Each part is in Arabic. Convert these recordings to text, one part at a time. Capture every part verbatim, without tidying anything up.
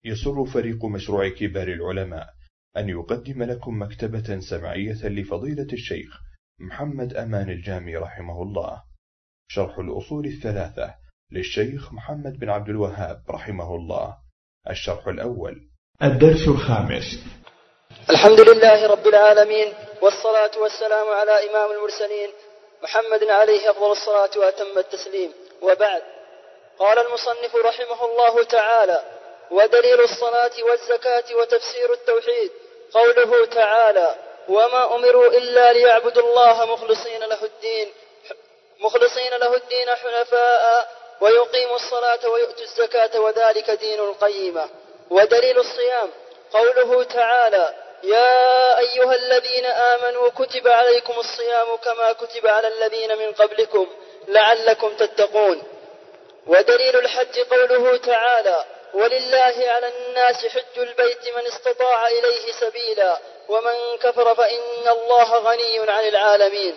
يسر فريق مشروع كبار العلماء أن يقدم لكم مكتبة سمعية لفضيلة الشيخ محمد أمان الجامي رحمه الله، شرح الأصول الثلاثة للشيخ محمد بن عبد الوهاب رحمه الله. الشرح الأول. الدرس الخامس. الحمد لله رب العالمين، والصلاة والسلام على إمام المرسلين محمد عليه أفضل الصلاة وأتم التسليم، وبعد. قال المصنف رحمه الله تعالى: ودليل الصلاة والزكاة وتفسير التوحيد قوله تعالى: وما أمروا إلا ليعبدوا الله مخلصين له الدين مخلصين له الدين حنفاء ويقيموا الصلاة ويؤتوا الزكاة وذلك دين القيمة. ودليل الصيام قوله تعالى: يا أيها الذين آمنوا كتب عليكم الصيام كما كتب على الذين من قبلكم لعلكم تتقون. ودليل الحج قوله تعالى: ولله على الناس حج البيت من استطاع إليه سبيلا ومن كفر فإن الله غني عن العالمين.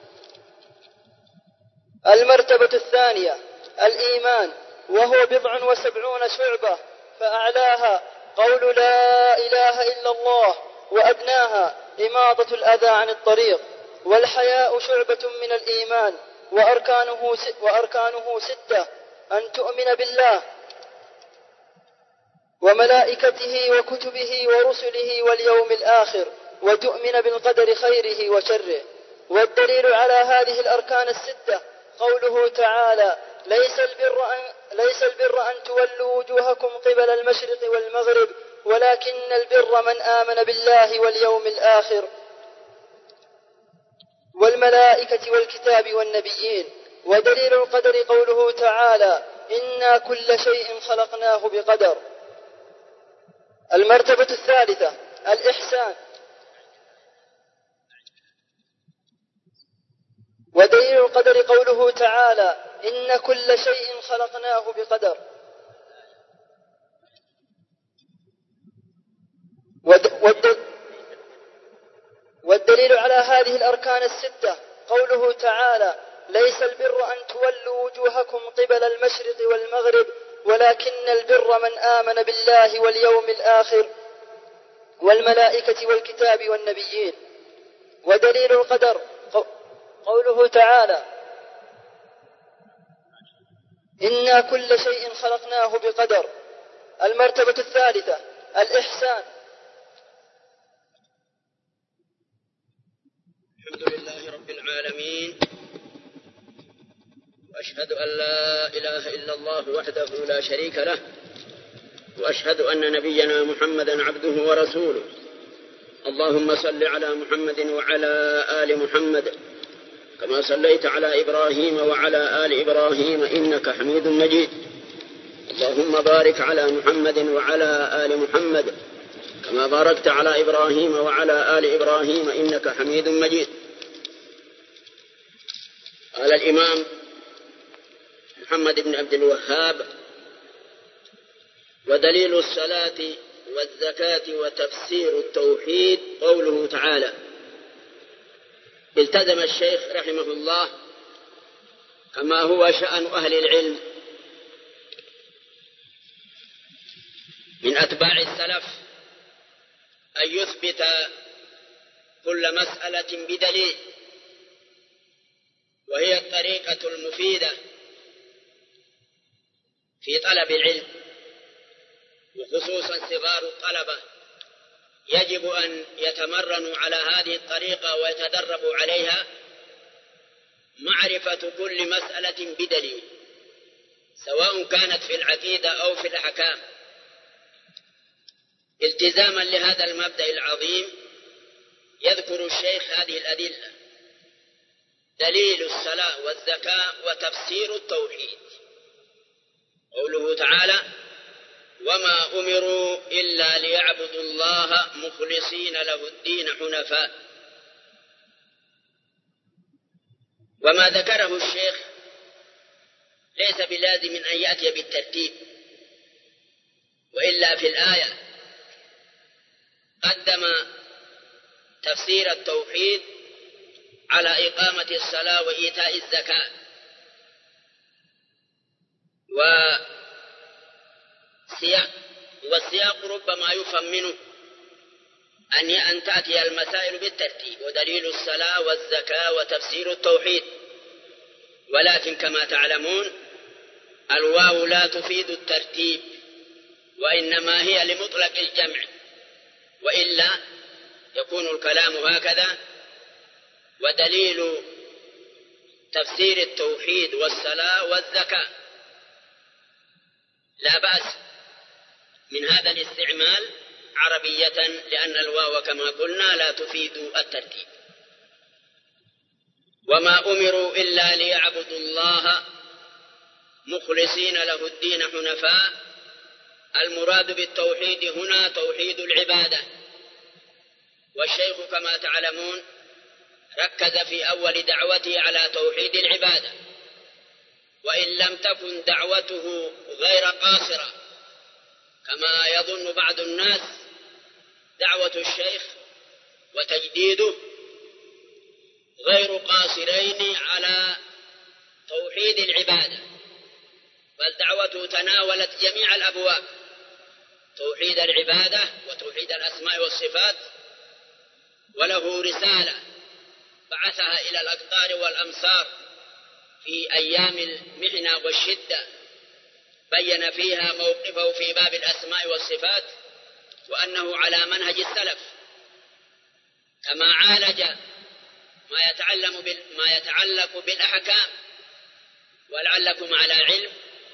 المرتبة الثانية الإيمان، وهو بضع وسبعون شعبة، فأعلاها قول لا إله إلا الله، وأدناها إماطة الأذى عن الطريق. والحياء شعبة من الإيمان، وأركانه, وأركانه ستة: أن تؤمن بالله وملائكته وكتبه ورسله واليوم الآخر، وتؤمن بالقدر خيره وشره. والدليل على هذه الأركان الستة قوله تعالى: ليس البر أن, ليس البر أن تولوا وجوهكم قبل المشرق والمغرب ولكن البر من آمن بالله واليوم الآخر والملائكة والكتاب والنبيين. ودليل القدر قوله تعالى: إنا كل شيء خلقناه بقدر. المرتبة الثالثة الإحسان. ودليل القدر قوله تعالى: إن كل شيء خلقناه بقدر. والدليل على هذه الأركان الستة قوله تعالى: ليس البر أن تولوا وجوهكم قبل المشرق والمغرب ولكن البر من آمن بالله واليوم الآخر والملائكة والكتاب والنبيين. ودليل القدر قوله تعالى: إنا كل شيء خلقناه بقدر. المرتبة الثالثة الإحسان. الحمد لله رب العالمين، وأشهد أن لا إله إلا الله وحده لا شريك له، وأشهد أن نبينا محمدا عبده ورسوله. اللهم صل على محمد وعلى آل محمد كما صليت على إبراهيم وعلى آل إبراهيم إنك حميد مجيد. اللهم بارك على محمد وعلى آل محمد كما باركت على إبراهيم وعلى آل إبراهيم إنك حميد مجيد. قال الإمام محمد بن عبد الوهاب: ودليل الصلاة والزكاة وتفسير التوحيد قوله تعالى. التزم الشيخ رحمه الله كما هو شأن أهل العلم من أتباع السلف أن يثبت كل مسألة بدليل، وهي الطريقة المفيدة في طلب العلم، وخصوصا صغار الطلبة يجب أن يتمرنوا على هذه الطريقة ويتدربوا عليها، معرفة كل مسألة بدليل، سواء كانت في العقيدة أو في الأحكام. التزاما لهذا المبدأ العظيم يذكر الشيخ هذه الأدلة: دليل الصلاة والزكاة وتفسير التوحيد. قوله تعالى: وما أمروا إلا ليعبدوا الله مخلصين له الدين حنفاء. وما ذكره الشيخ ليس بلازم أن يأتي بالترتيب، وإلا في الآية قدم تفسير التوحيد على إقامة الصلاة وإيتاء الزكاة، وسياق والسياق ربما يفهم منه أن أن تأتي المسائل بالترتيب، ودليل الصلاة والزكاة وتفسير التوحيد، ولكن كما تعلمون الواو لا تفيد الترتيب، وإنما هي لمطلق الجمع، وإلا يكون الكلام هكذا: ودليل تفسير التوحيد والصلاة والزكاة. لا بأس من هذا الاستعمال عربية، لأن الواو كما قلنا لا تفيد الترتيب. وما أمروا إلا ليعبدوا الله مخلصين له الدين حنفاء. المراد بالتوحيد هنا توحيد العبادة، والشيخ كما تعلمون ركز في أول دعوته على توحيد العبادة، وإن لم تكن دعوته غير قاصرة كما يظن بعض الناس، دعوة الشيخ وتجديده غير قاصرين على توحيد العبادة، بل دعوته تناولت جميع الأبواب: توحيد العبادة وتوحيد الأسماء والصفات. وله رسالة بعثها إلى الأقطار والأمصار في أيام المحنة والشدة، بين فيها موقفه في باب الأسماء والصفات، وأنه على منهج السلف، كما عالج ما يتعلم بال... ما يتعلق بالأحكام. ولعلكم على علم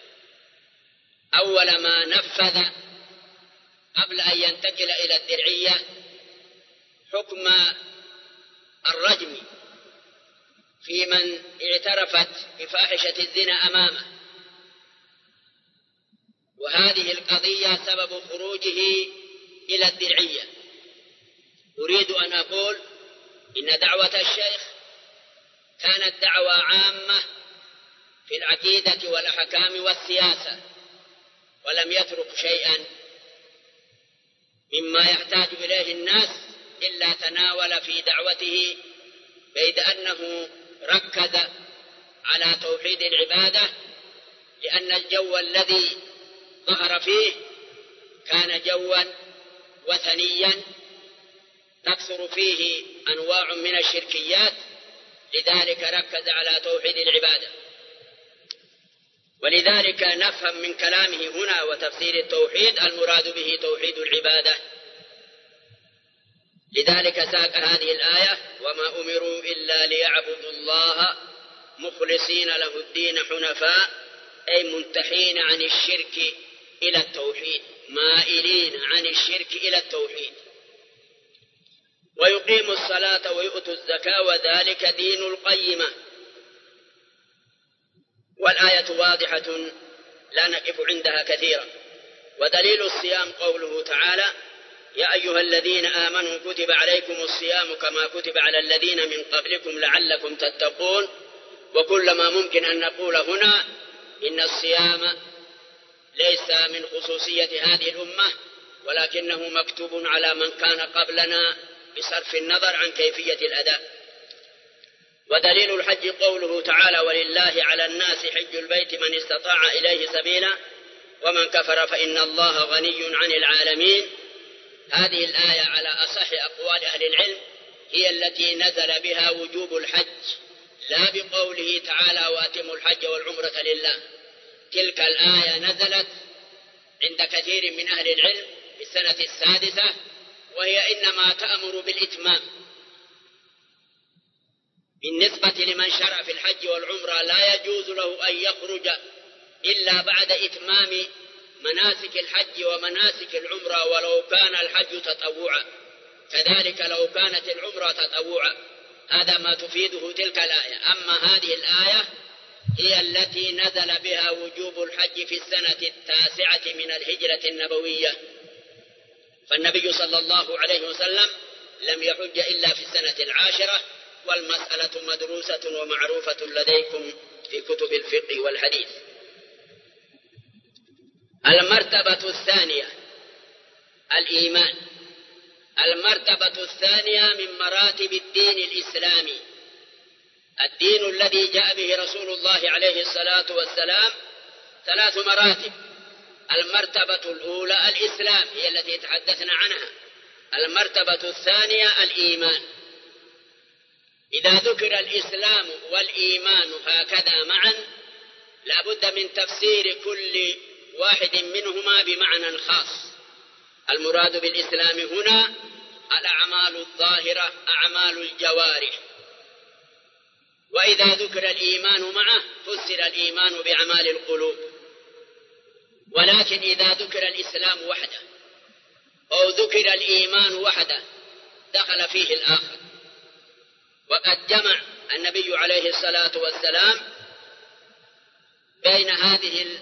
أول ما نفذ قبل أن ينتقل إلى الدرعية حكم الرجم في من اعترفت بفاحشة الزنا أمامه، وهذه القضية سبب خروجه إلى الدرعية. أريد أن أقول إن دعوة الشيخ كانت دعوة عامة في العقيدة والأحكام والسياسة، ولم يترك شيئا مما يحتاج إليه الناس إلا تناول في دعوته، بيد أنه ركز على توحيد العبادة، لأن الجو الذي ظهر فيه كان جوا وثنيا تكثر فيه أنواع من الشركيات، لذلك ركز على توحيد العبادة. ولذلك نفهم من كلامه هنا وتفسير التوحيد المراد به توحيد العبادة. لذلك ساق هذه الآية: وما أمروا إلا ليعبدوا الله مخلصين له الدين حنفاء، أي منتحين عن الشرك إلى التوحيد، مائلين عن الشرك إلى التوحيد، ويقيموا الصلاة ويؤتوا الزكاة وذلك دين القيمة. والآية واضحة لا نقف عندها كثيرا. ودليل الصيام قوله تعالى: يا أيها الذين آمنوا كتب عليكم الصيام كما كتب على الذين من قبلكم لعلكم تتقون. وكل ما ممكن أن نقول هنا إن الصيام ليس من خصوصية هذه الأمة، ولكنه مكتوب على من كان قبلنا بصرف النظر عن كيفية الأداء. ودليل الحج قوله تعالى: ولله على الناس حج البيت من استطاع إليه سبيلا ومن كفر فإن الله غني عن العالمين. هذه الآية على أصح أقوال أهل العلم هي التي نزل بها وجوب الحج، لا بقوله تعالى: وأتموا الحج والعمرة لله. تلك الآية نزلت عند كثير من أهل العلم في السنة السادسة، وهي إنما تأمر بالإتمام. بالنسبة لمن شرع في الحج والعمرة لا يجوز له أن يخرج إلا بعد إتمام مناسك الحج ومناسك العمرة، ولو كان الحج تطوعا، كذلك لو كانت العمرة تطوعا. هذا ما تفيده تلك الآية. أما هذه الآية هي التي نزل بها وجوب الحج في السنة التاسعة من الهجرة النبوية، فالنبي صلى الله عليه وسلم لم يحج إلا في السنة العاشرة، والمسألة مدروسة ومعروفة لديكم في كتب الفقه والحديث. المرتبة الثانية الإيمان. المرتبة الثانية من مراتب الدين الإسلامي. الدين الذي جاء به رسول الله عليه الصلاة والسلام ثلاث مراتب: المرتبة الأولى الإسلام هي التي تحدثنا عنها، المرتبة الثانية الإيمان. إذا ذكر الإسلام والإيمان هكذا معا لا بد من تفسير كل واحد منهما بمعنى خاص. المراد بالإسلام هنا الأعمال الظاهرة، أعمال الجوارح. وإذا ذكر الإيمان معه فسر الإيمان بأعمال القلوب. ولكن إذا ذكر الإسلام وحده أو ذكر الإيمان وحده دخل فيه الآخر. وقد جمع النبي عليه الصلاة والسلام بين هذه ال...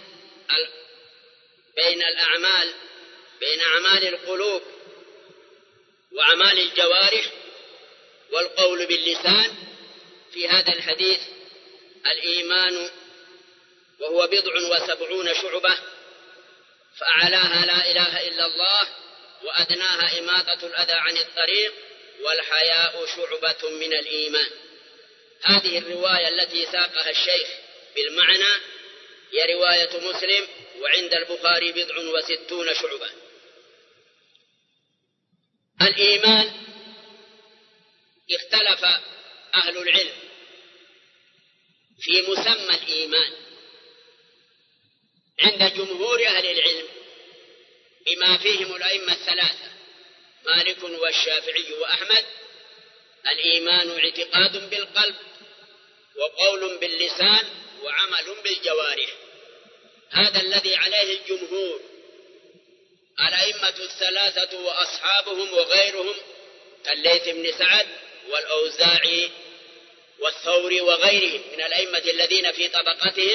بين الأعمال بين أعمال القلوب وأعمال الجوارح والقول باللسان في هذا الحديث. الإيمان وهو بضع وسبعون شعبة، فأعلاها لا إله إلا الله، وأدناها إماطة الأذى عن الطريق، والحياء شعبة من الإيمان. هذه الرواية التي ساقها الشيخ بالمعنى هي رواية مسلم، وعند البخاري بضع وستون شعبة. الإيمان اختلف أهل العلم في مسمى الإيمان. عند جمهور أهل العلم بما فيهم الأئمة الثلاثة مالك والشافعي وأحمد، الإيمان اعتقاد بالقلب وقول باللسان وعمل بالجوارح. هذا الذي عليه الجمهور، الأئمة الثلاثة وأصحابهم وغيرهم كالليث بن سعد والأوزاعي والثوري وغيرهم من الأئمة الذين في طبقتهم،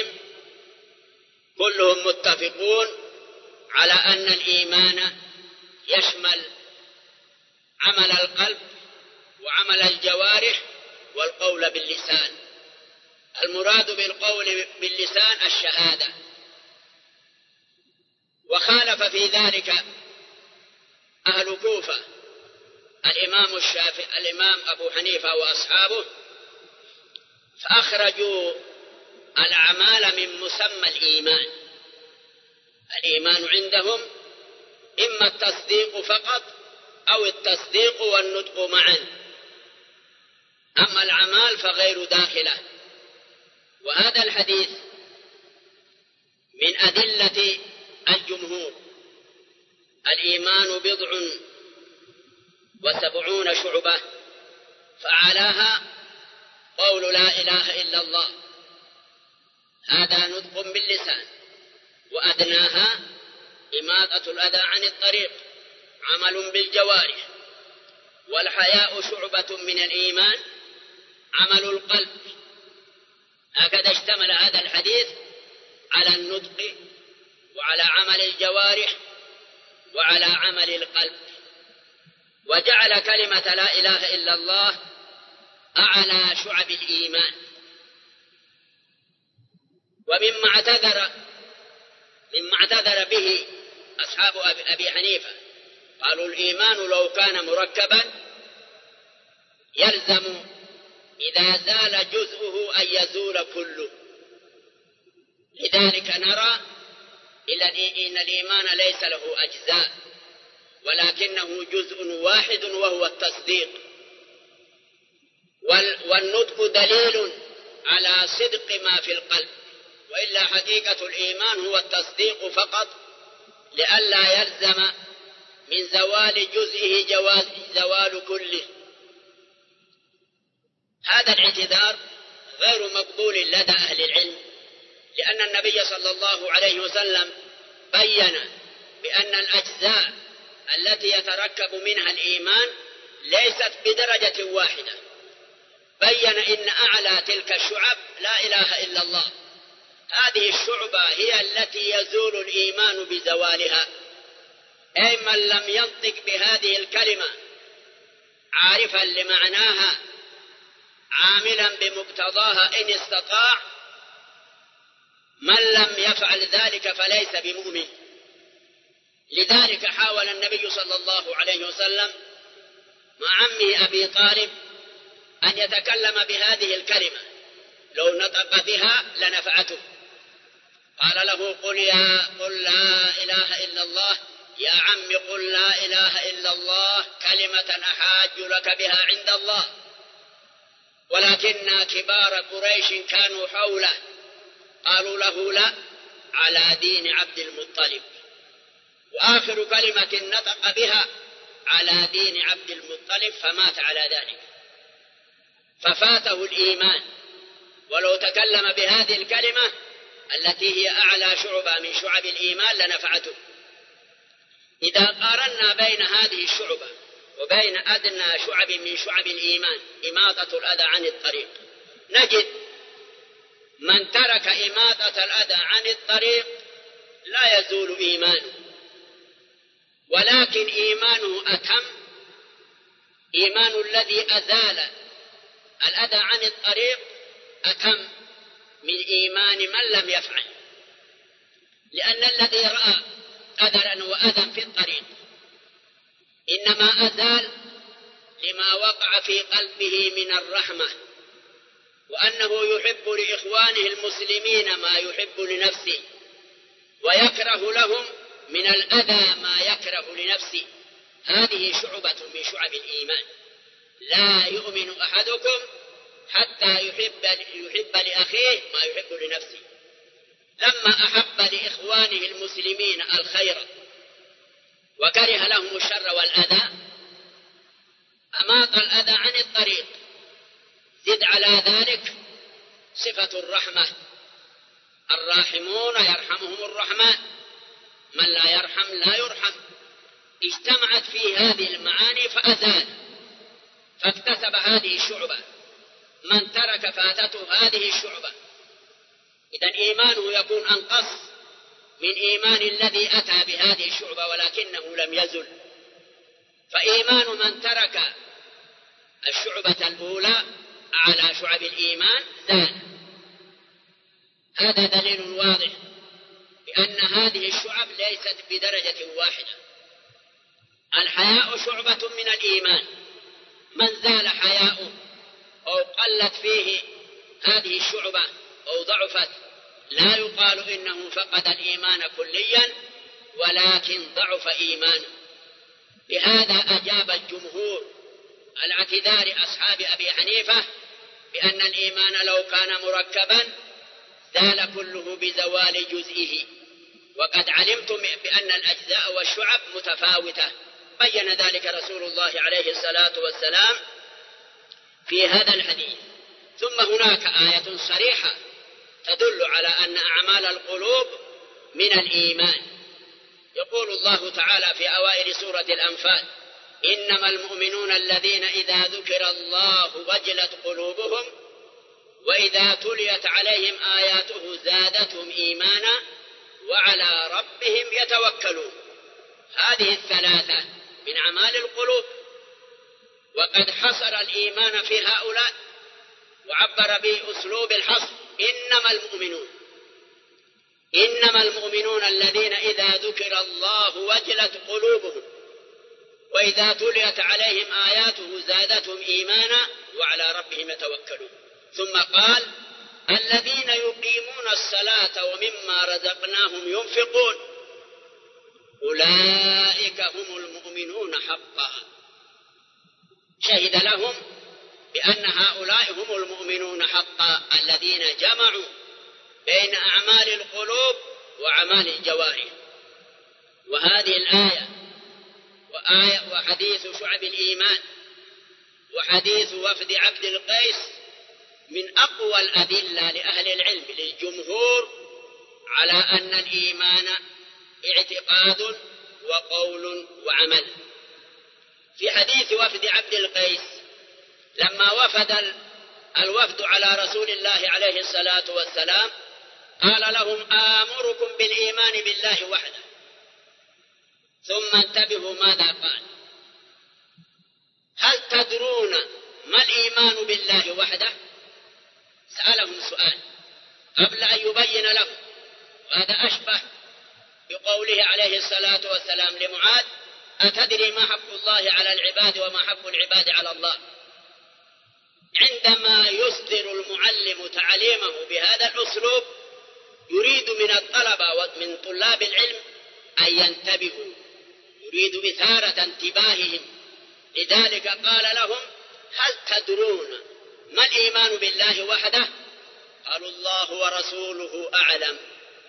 كلهم متفقون على أن الإيمان يشمل عمل القلب وعمل الجوارح والقول باللسان. المراد بالقول باللسان الشهادة. وخالف في ذلك أهل كوفة الإمام الشافعي الإمام أبو حنيفة وأصحابه، فأخرجوا الأعمال من مسمى الإيمان. الإيمان عندهم إما التصديق فقط أو التصديق والنطق معا، أما الأعمال فغير داخلة. وهذا الحديث من أدلة الجمهور. الإيمان بضع وسبعون شعبة، فأعلاها قول لا إله إلا الله، هذا نطق باللسان، وأدناها إماطة الأذى عن الطريق، عمل بالجوارح. والحياء شعبة من الإيمان، عمل القلب. هكذا اشتمل هذا الحديث على النطق وعلى عمل الجوارح وعلى عمل القلب، وجعل كلمة لا إله إلا الله أعلى شعب الإيمان. ومما اعتذر مما اعتذر به أصحاب أبي حنيفة قالوا الإيمان لو كان مركبا يلزم إذا زال جزءه أن يزول كله. لذلك نرى إن الإيمان ليس له أجزاء، ولكنه جزء واحد وهو التصديق. والنطق دليل على صدق ما في القلب، وإلا حقيقة الإيمان هو التصديق فقط، لئلا يلزم من زوال جزئه جواز زوال كله. هذا الاعتذار غير مقبول لدى أهل العلم، لأن النبي صلى الله عليه وسلم بين بأن الأجزاء التي يتركب منها الإيمان ليست بدرجة واحدة. بين إن أعلى تلك الشعب لا إله إلا الله. هذه الشعبة هي التي يزول الإيمان بزوالها، أي من لم ينطق بهذه الكلمة عارفا لمعناها عاملا بمقتضاها إن استطاع، من لم يفعل ذلك فليس بمؤمن. لذلك حاول النبي صلى الله عليه وسلم مع عمه أبي طالب أن يتكلم بهذه الكلمة، لو نطق بها لنفعته، قال له قل يا قل لا إله إلا الله. يا عم قل لا إله إلا الله كلمة أحاج لك بها عند الله. ولكن كبار قريش كانوا حوله قالوا له لا، على دين عبد المطلب. وآخر كلمة نطق بها على دين عبد المطلب، فمات على ذلك، ففاته الإيمان. ولو تكلم بهذه الكلمة التي هي أعلى شعبة من شعب الإيمان لنفعته. إذا قارنا بين هذه الشعبة وبين أدنى شعب من شعب الإيمان إماطة الأذى عن الطريق، نجد من ترك إماطة الأذى عن الطريق لا يزول إيمانه، ولكن إيمانه أتم، إيمان الذي أزال الأذى عن الطريق أتم من إيمان من لم يفعل. لأن الذي رأى قدرا وأذى في الطريق إنما أزال لما وقع في قلبه من الرحمة، وأنه يحب لإخوانه المسلمين ما يحب لنفسه، ويكره لهم من الأذى ما يكره لنفسه. هذه شعبة من شعب الإيمان. لا يؤمن أحدكم حتى يحب, يحب لأخيه ما يحب لنفسه. لما أحب لإخوانه المسلمين الخير وكره لهم الشر والأذى أماط الأذى عن الطريق. زد على ذلك صفة الرحمة، الراحمون يرحمهم الرحمن، من لا يرحم لا يرحم. اجتمعت في هذه المعاني فأزال، فاكتسب هذه الشعبة. من ترك فاتته هذه الشعبة. إذن إيمانه يكون أنقص من إيمان الذي أتى بهذه الشعبة ولكنه لم يزل. فإيمان من ترك الشعبة الأولى على شعب الإيمان زاد. هذا دليل واضح بأن هذه الشعب ليست بدرجة واحدة. الحياء شعبة من الإيمان، من زال حياؤه أو قلت فيه هذه الشعبة أو ضعفت لا يقال إنه فقد الإيمان كليا، ولكن ضعف إيمانه. بهذا أجاب الجمهور على اعتذار أصحاب أبي حنيفة بأن الإيمان لو كان مركبا زال كله بزوال جزئه. وقد علمتم بأن الأجزاء والشعب متفاوتة، بين ذلك رسول الله عليه الصلاة والسلام في هذا الحديث. ثم هناك آية صريحة تدل على أن أعمال القلوب من الإيمان. يقول الله تعالى في أوائل سورة الأنفال: إنما المؤمنون الذين إذا ذكر الله وجلت قلوبهم وإذا تليت عليهم آياته زادتهم إيمانا وعلى ربهم يتوكلون. هذه الثلاثة من أعمال القلوب، وقد حصر الإيمان في هؤلاء وعبر بأسلوب الحصر: إنما المؤمنون إنما المؤمنون الذين إذا ذكر الله وجلت قلوبهم وإذا تليت عليهم آياته زادتهم إيمانا وعلى ربهم يتوكلون. ثم قال: الذين يقيمون الصلاة ومما رزقناهم ينفقون أولئك هم المؤمنون حقا. شهد لهم بأن هؤلاء هم المؤمنون حقا الذين جمعوا بين أعمال القلوب وأعمال الجوارح. وهذه الآية وآية وحديث شعب الإيمان وحديث وفد عبد القيس من أقوى الأدلة لأهل العلم للجمهور على أن الإيمان اعتقاد وقول وعمل. في حديث وفد عبد القيس لما وفد الوفد على رسول الله عليه الصلاة والسلام قال لهم: آمركم بالإيمان بالله وحده. ثم انتبهوا ماذا قال: هل تدرون ما الإيمان بالله وحده؟ سألهم سؤال قبل أن يبين لهم. وهذا أشبه بقوله عليه الصلاة والسلام لمعاذ: أتدري ما حق الله على العباد وما حق العباد على الله؟ عندما يصدر المعلم تعليمه بهذا الأسلوب يريد من الطلبة ومن طلاب العلم أن ينتبهوا، يريد إثارة انتباههم. لذلك قال لهم: هل تدرون ما الإيمان بالله وحده؟ قالوا: الله ورسوله أعلم.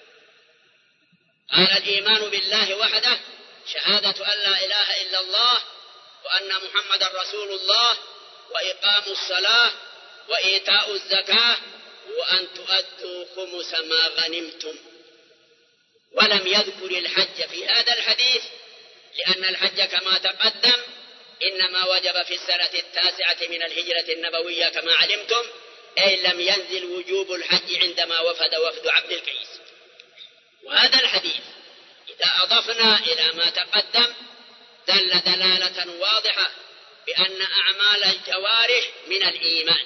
قال: الإيمان بالله وحده شهادة أن لا إله إلا الله وأن محمد رسول الله، وإقام الصلاة، وإيتاء الزكاة، وأن تؤدوا خمس ما غنمتم. ولم يذكر الحج في هذا الحديث، لأن الحج كما تقدم إنما وجب في السنة التاسعة من الهجرة النبوية كما علمتم، أي لم ينزل وجوب الحج عندما وفد وفد عبد القيس. وهذا الحديث إذا أضفنا إلى ما تقدم دل دلالة واضحة بأن أعمال الجوارح من الإيمان.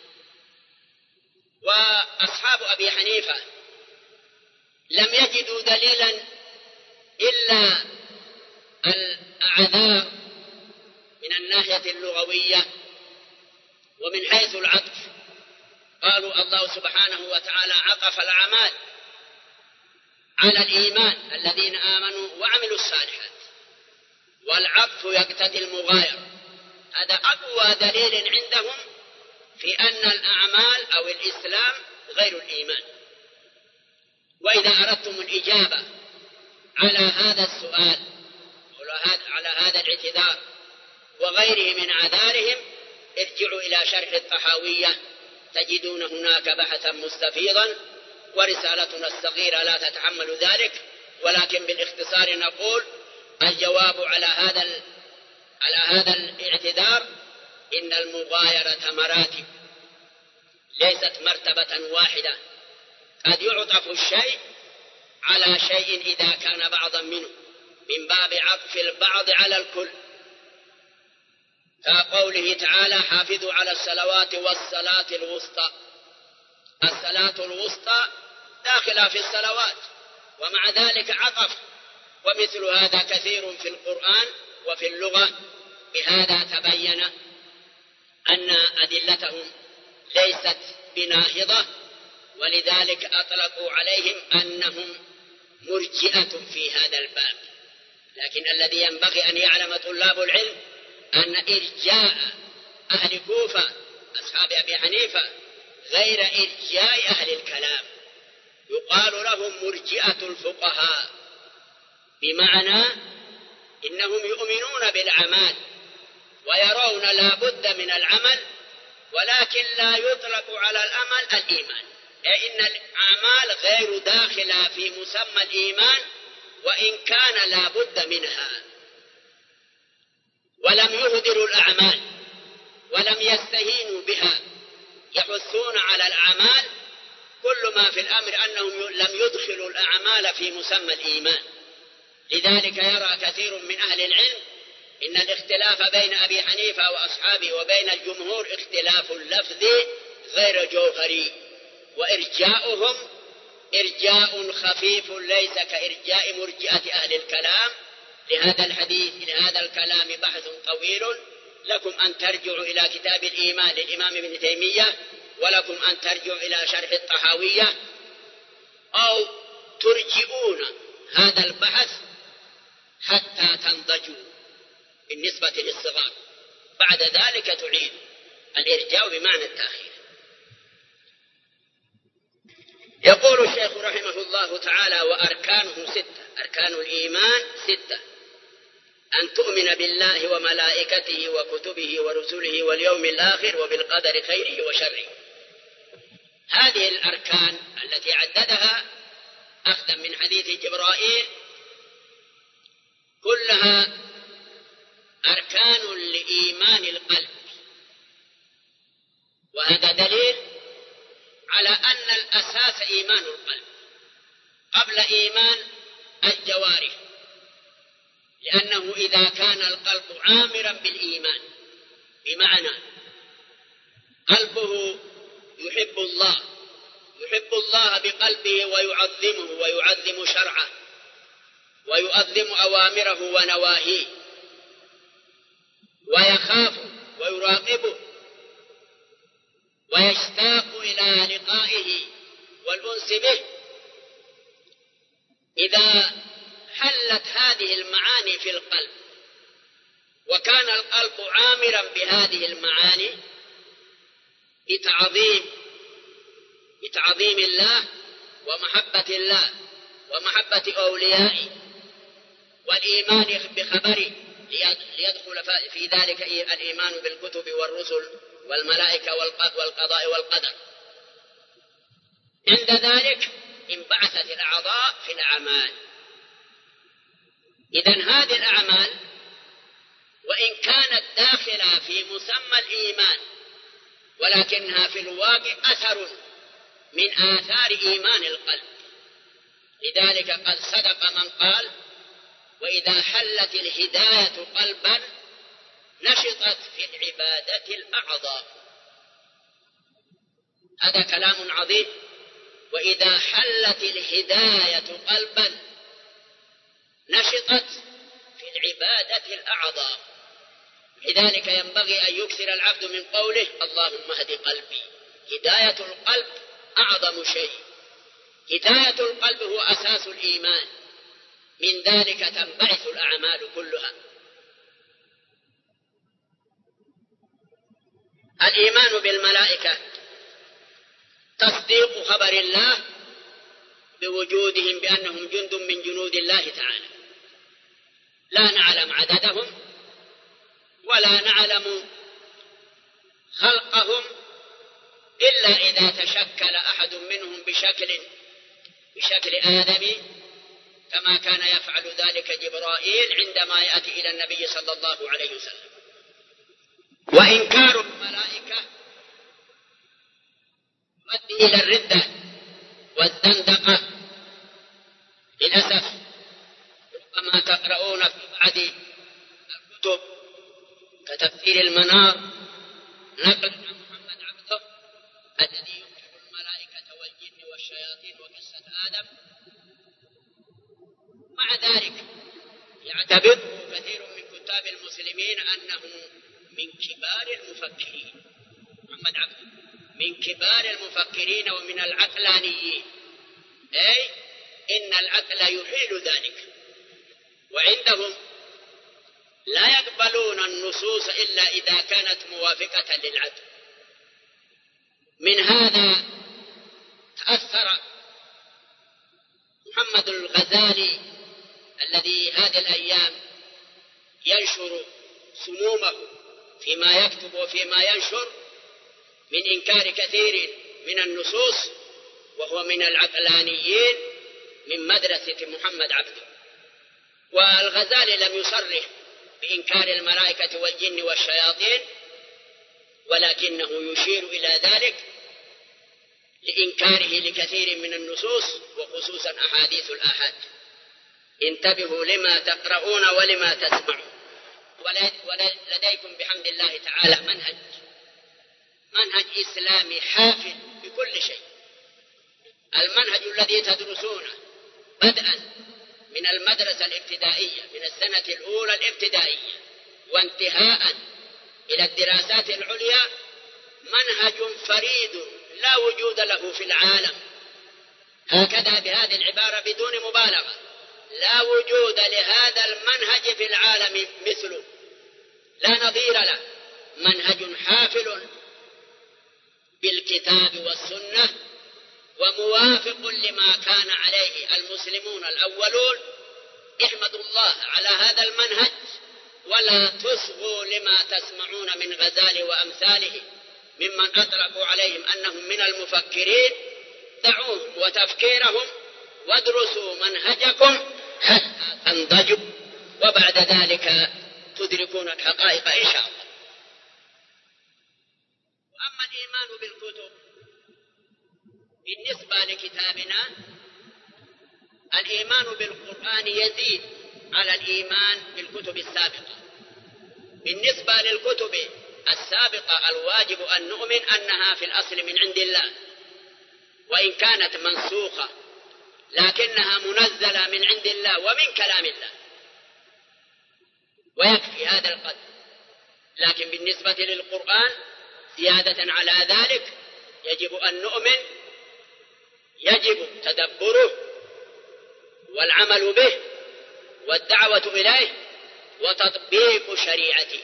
وأصحاب أبي حنيفة لم يجدوا دليلا إلا الأعذار من الناحية اللغوية ومن حيث العطف. قالوا: الله سبحانه وتعالى عطف الأعمال على الإيمان، الذين آمنوا وعملوا الصالحات، والعطف يقتضي المغايرة. هذا أقوى دليل عندهم في أن الأعمال أو الإسلام غير الإيمان. وإذا أردتم الإجابة على هذا السؤال على هذا الاعتذار وغيره من عذارهم ارجعوا إلى شرح الطحاوية، تجدون هناك بحثا مستفيضا، ورسالتنا الصغيرة لا تتحمل ذلك، ولكن بالاختصار نقول: الجواب على هذا على هذا الاعتذار إن المغايرة مراتب، ليست مرتبة واحدة. قد يعطف الشيء على شيء إذا كان بعضا منه من باب عطف البعض على الكل، كقوله تعالى: حافظوا على الصلوات والصلاة الوسطى. الصلاة الوسطى داخلة في الصلوات، ومع ذلك عطف. ومثل هذا كثير في القرآن وفي اللغة. بهذا تبين أن أدلتهم ليست بناهضة، ولذلك أطلقوا عليهم أنهم مرجئة في هذا الباب. لكن الذي ينبغي أن يعلم طلاب العلم أن إرجاء أهل كوفة أصحاب أبي حنيفة غير إرجاء أهل الكلام. يقال لهم مرجئة الفقهاء، بمعنى إنهم يؤمنون بالأعمال ويرون لا بد من العمل، ولكن لا يطلق على الأمل الإيمان، أي إن الأعمال غير داخلة في مسمى الإيمان وإن كان لا بد منها. ولم يهدروا الأعمال ولم يستهينوا بها، يحثون على الأعمال. كل ما في الأمر أنهم لم يدخلوا الأعمال في مسمى الإيمان. لذلك يرى كثير من أهل العلم إن الاختلاف بين أبي حنيفة وأصحابه وبين الجمهور اختلاف لفظي غير جوهري، وإرجاؤهم إرجاء خفيف ليس كإرجاء مرجئة أهل الكلام. لهذا الحديث لهذا الكلام بحث طويل، لكم أن ترجعوا إلى كتاب الإيمان للإمام ابن تيمية، ولكم أن ترجعوا إلى شرح الطحاوية، أو ترجئون هذا البحث حتى تنضجوا بالنسبة للصغار، بعد ذلك تعيد. الإرجاء بمعنى التأخير. يقول الشيخ رحمه الله تعالى: وأركانه ستة. أركان الإيمان ستة: أن تؤمن بالله وملائكته وكتبه ورسله واليوم الآخر وبالقدر خيره وشره. هذه الأركان التي عددها أخذا من حديث جبرائيل كلها أركان لإيمان القلب، وهذا دليل على أن الأساس إيمان القلب قبل إيمان الجوارح، لأنه إذا كان القلب عامرا بالإيمان بمعنى قلبه يحب الله يحب الله بقلبه ويعظمه ويعظم شرعه ويؤذم أوامره ونواهيه ويخافه ويراقبه ويشتاق إلى لقائه والأنس به، إذا حلت هذه المعاني في القلب وكان القلب عامرا بهذه المعاني بتعظيم بتعظيم الله ومحبة الله ومحبة أوليائه والإيمان بخبره ليدخل في ذلك الإيمان بالكتب والرسل والملائكة والقضاء والقدر. عند ذلك انبعثت الأعضاء في الأعمال. إذن هذه الأعمال وإن كانت داخلة في مسمى الإيمان ولكنها في الواقع أثر من آثار إيمان القلب. لذلك قد صدق من قال: وإذا حلت الهداية قلبا نشطت في العبادة الأعضاء. هذا كلام عظيم. وإذا حلت الهداية قلبا نشطت في العبادة الأعضاء. لذلك ينبغي أن يكثر العبد من قوله: اللهم اهد قلبي. هداية القلب أعظم شيء. هداية القلب هو أساس الإيمان، من ذلك تنبعث الأعمال كلها. الإيمان بالملائكة تصديق خبر الله بوجودهم بأنهم جند من جنود الله تعالى، لا نعلم عددهم ولا نعلم خلقهم إلا إذا تشكل أحد منهم بشكل بشكل آدمي، كما كان يفعل ذلك جبرائيل عندما يأتي إلى النبي صلى الله عليه وسلم. وإنكار الملائكة يؤدي إلى الردة والزندقة. للأسف ربما تقرؤون في بعض الكتب كتفسير المنار نقل عن محمد عبده الذي ينكر الملائكة والجن والشياطين وقصة آدم، مع ذلك يعتبر كثير من كتاب المسلمين أنه من كبار المفكرين. محمد عبده من كبار المفكرين ومن العقلانيين، أي إن العقل يحيل ذلك، وعندهم لا يقبلون النصوص إلا إذا كانت موافقة للعقل. من هذا تأثر محمد الغزالي الذي هذه الأيام ينشر سمومه فيما يكتب وفيما ينشر من إنكار كثير من النصوص، وهو من العقلانيين من مدرسة محمد عبده. والغزالي لم يصرح بإنكار الملائكة والجن والشياطين، ولكنه يشير إلى ذلك لإنكاره لكثير من النصوص وخصوصا أحاديث الآحاد. انتبهوا لما تقرؤون ولما تسمعون. ولديكم بحمد الله تعالى منهج منهج إسلامي حافل بكل شيء. المنهج الذي تدرسونه بدءا من المدرسة الابتدائية من السنة الأولى الابتدائية وانتهاء إلى الدراسات العليا منهج فريد لا وجود له في العالم. هكذا بهذه العبارة بدون مبالغة، لا وجود لهذا المنهج في العالم مثله، لا نظير له. منهج حافل بالكتاب والسنة وموافق لما كان عليه المسلمون الأولون. احمدوا الله على هذا المنهج ولا تصغوا لما تسمعون من غزالي وأمثاله ممن أطلقوا عليهم أنهم من المفكرين. دعوهم وتفكيرهم وادرسوا منهجكم حتى تنضجوا، وبعد ذلك تدركون الحقائق إن شاء الله. وأما الإيمان بالكتب بالنسبة لكتابنا، الإيمان بالقرآن يزيد على الإيمان بالكتب السابقة. بالنسبة للكتب السابقة الواجب أن نؤمن أنها في الأصل من عند الله، وإن كانت منسوخة لكنها منزلة من عند الله ومن كلام الله، ويكفي هذا القدر. لكن بالنسبة للقرآن زيادة على ذلك يجب أن نؤمن، يجب تدبره والعمل به والدعوة إليه وتطبيق شريعته.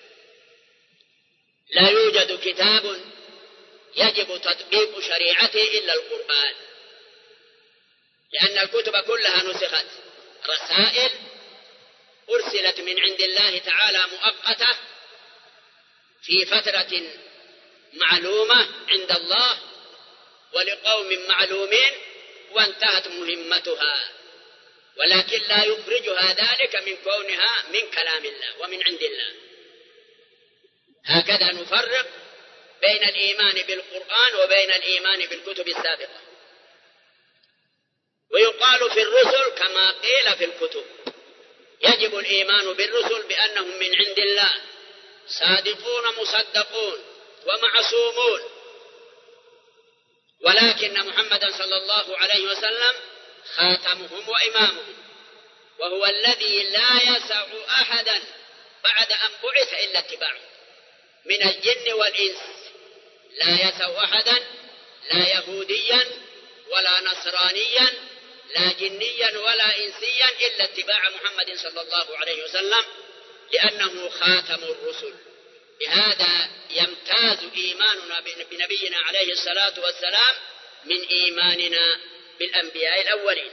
لا يوجد كتاب يجب تطبيق شريعته إلا القرآن، لأن الكتب كلها نسخت رسائل أرسلت من عند الله تعالى مؤقتة في فترة معلومة عند الله ولقوم معلومين وانتهت مهمتها، ولكن لا يخرجها ذلك من كونها من كلام الله ومن عند الله. هكذا نفرق بين الإيمان بالقرآن وبين الإيمان بالكتب السابقة. ويقال في الرسل كما قيل في الكتب، يجب الإيمان بالرسل بأنهم من عند الله صادقون مصدقون ومعصومون، ولكن محمدا صلى الله عليه وسلم خاتمهم وإمامهم، وهو الذي لا يسع أحدا بعد أن بعث إلا اتباعه من الجن والإنس. لا يسع أحدا، لا يهوديا ولا نصرانيا، لا جنيا ولا إنسيا، إلا اتباع محمد صلى الله عليه وسلم، لأنه خاتم الرسل. بهذا يمتاز إيماننا بنبينا عليه الصلاة والسلام من إيماننا بالأنبياء الأولين.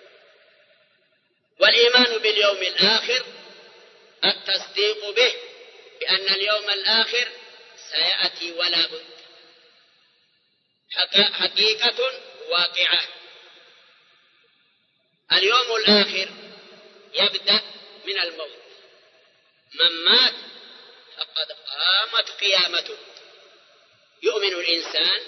والإيمان باليوم الآخر التصديق به، بأن اليوم الآخر سيأتي ولا بد، حقيقة واقعة. اليوم الآخر يبدأ من الموت، من مات فقد قامت قيامته. يؤمن الإنسان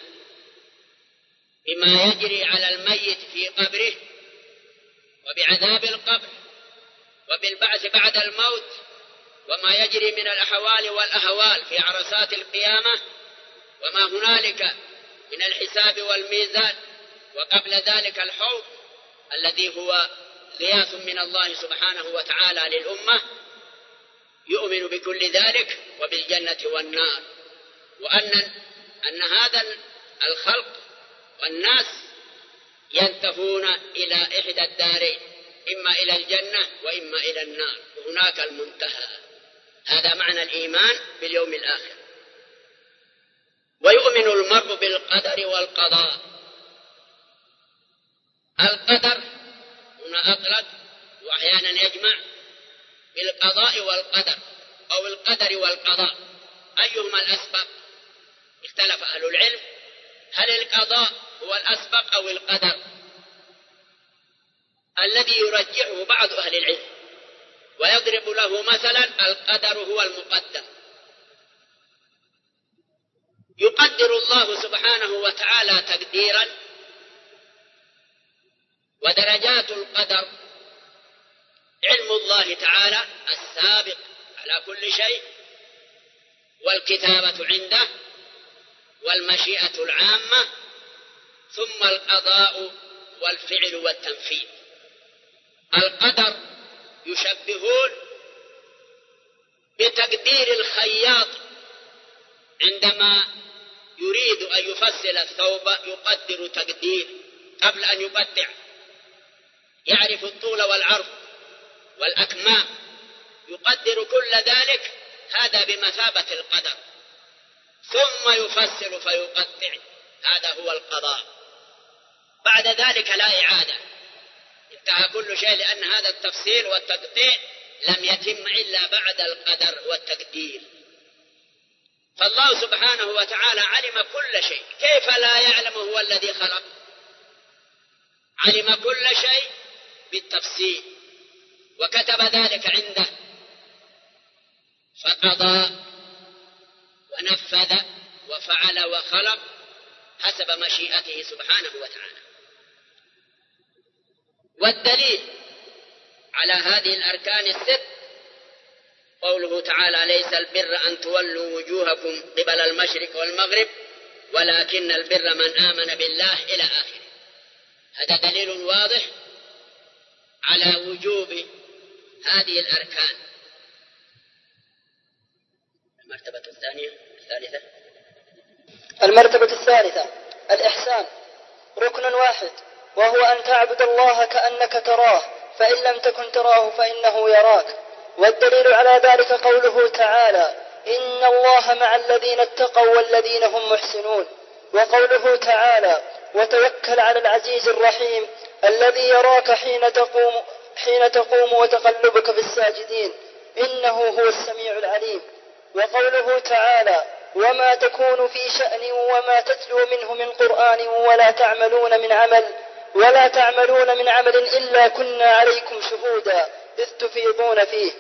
بما يجري على الميت في قبره وبعذاب القبر وبالبعث بعد الموت، وما يجري من الأحوال والأهوال في عرصات القيامة، وما هنالك من الحساب والميزان، وقبل ذلك الحوض الذي هو غياث من الله سبحانه وتعالى للأمة. يؤمن بكل ذلك وبالجنة والنار، وأن أن هذا الخلق والناس ينتهون إلى إحدى الدارين، إما إلى الجنة وإما إلى النار، وهناك المنتهى. هذا معنى الإيمان باليوم الآخر. ويؤمن المرء بالقدر والقضاء. القدر هنا أطلق وأحيانا يجمع بالقضاء والقدر أو القدر والقضاء، أيهما الأسبق؟ اختلف أهل العلم، هل القضاء هو الأسبق أو القدر؟ الذي يرجحه بعض أهل العلم ويضرب له مثلا القدر هو المقدر. يقدر الله سبحانه وتعالى تقديرا، ودرجات القدر علم الله تعالى السابق على كل شيء، والكتابة عنده، والمشيئة العامة، ثم القضاء والفعل والتنفيذ. القدر يشبهون بتقدير الخياط عندما يريد أن يفصل الثوب يقدر تقدير قبل أن يقطع، يعرف الطول والعرض والأكمام، يقدر كل ذلك، هذا بمثابة القدر، ثم يفصل فيقطع، هذا هو القضاء. بعد ذلك لا إعادة، انتهى كل شيء، لأن هذا التفصيل والتقطيع لم يتم إلا بعد القدر والتقدير. فالله سبحانه وتعالى علم كل شيء، كيف لا يعلم هو الذي خلق؟ علم كل شيء بالتفصيل وكتب ذلك عنده، فقضى ونفذ وفعل وخلق حسب مشيئته سبحانه وتعالى. والدليل على هذه الأركان الست قوله تعالى: ليس البر أن تولوا وجوهكم قبل المشرق والمغرب ولكن البر من آمن بالله إلى آخره. هذا دليل واضح على وجوب هذه الأركان. المرتبة الثانية الثالثة المرتبة الثالثة الإحسان، ركن واحد وهو أن تعبد الله كأنك تراه فإن لم تكن تراه فإنه يراك. والدليل على ذلك قوله تعالى: إن الله مع الذين اتقوا والذين هم محسنون. وقوله تعالى: وتوكل على العزيز الرحيم الذي يراك حين تقوم, حين تقوم وتقلبك في الساجدين إنه هو السميع العليم. وقوله تعالى: وما تكون في شأن وما تتلو منه من قرآن ولا تعملون من عمل ولا تعملون من عمل إلا كنا عليكم شهودا إذ تفيضون فيه.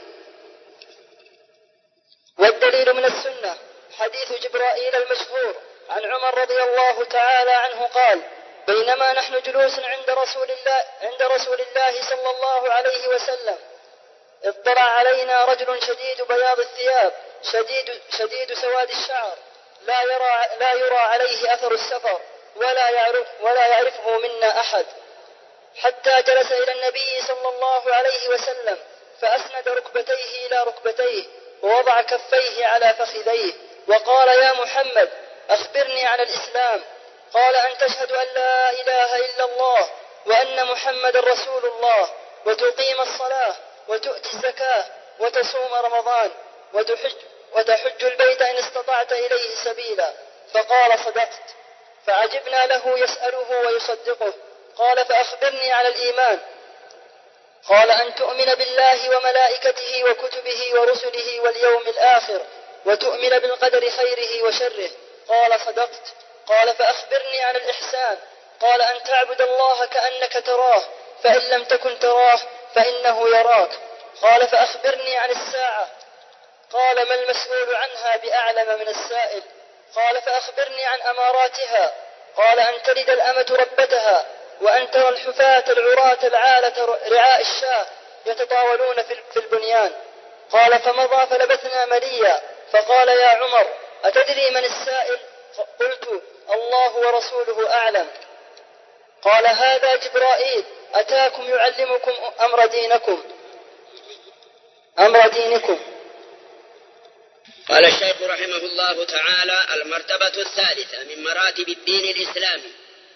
والدليل من السنة حديث جبرائيل المشهور عن عمر رضي الله تعالى عنه قال: بينما نحن جلوس عند رسول الله عند رسول الله صلى الله عليه وسلم اطلع علينا رجل شديد بياض الثياب شديد شديد سواد الشعر لا يرى لا يرى عليه أثر السفر ولا يعرف ولا يعرفه منا أحد، حتى جلس إلى النبي صلى الله عليه وسلم فأسند ركبتيه إلى ركبتيه ووضع كفيه على فخذيه وقال: يا محمد أخبرني عن الإسلام. قال: أن تشهد أن لا إله إلا الله وأن محمد رسول الله وتقيم الصلاة وتؤتي الزكاة وتصوم رمضان وتحج, وتحج البيت إن استطعت إليه سبيلا. فقال: صدقت. فعجبنا له يسأله ويصدقه. قال: فأخبرني عن الإيمان. قال: أن تؤمن بالله وملائكته وكتبه ورسله واليوم الآخر وتؤمن بالقدر خيره وشره. قال: صدقت. قال: فأخبرني عن الإحسان. قال: أن تعبد الله كأنك تراه فإن لم تكن تراه فإنه يراك. قال: فأخبرني عن الساعة. قال: ما المسؤول عنها بأعلم من السائل. قال: فأخبرني عن أماراتها. قال: أن تلد الأمة ربتها وأن ترى الحفاة العراة العالة رعاء الشاة يتطاولون في البنيان. قال: فمضى فلبثنا مليا. فقال: يا عمر أتدري من السائل؟ قلت: الله ورسوله أعلم. قال: هذا جبرائيل أتاكم يعلمكم أمر دينكم أمر دينكم. قال الشيخ رحمه الله تعالى: المرتبة الثالثة من مراتب الدين الإسلامي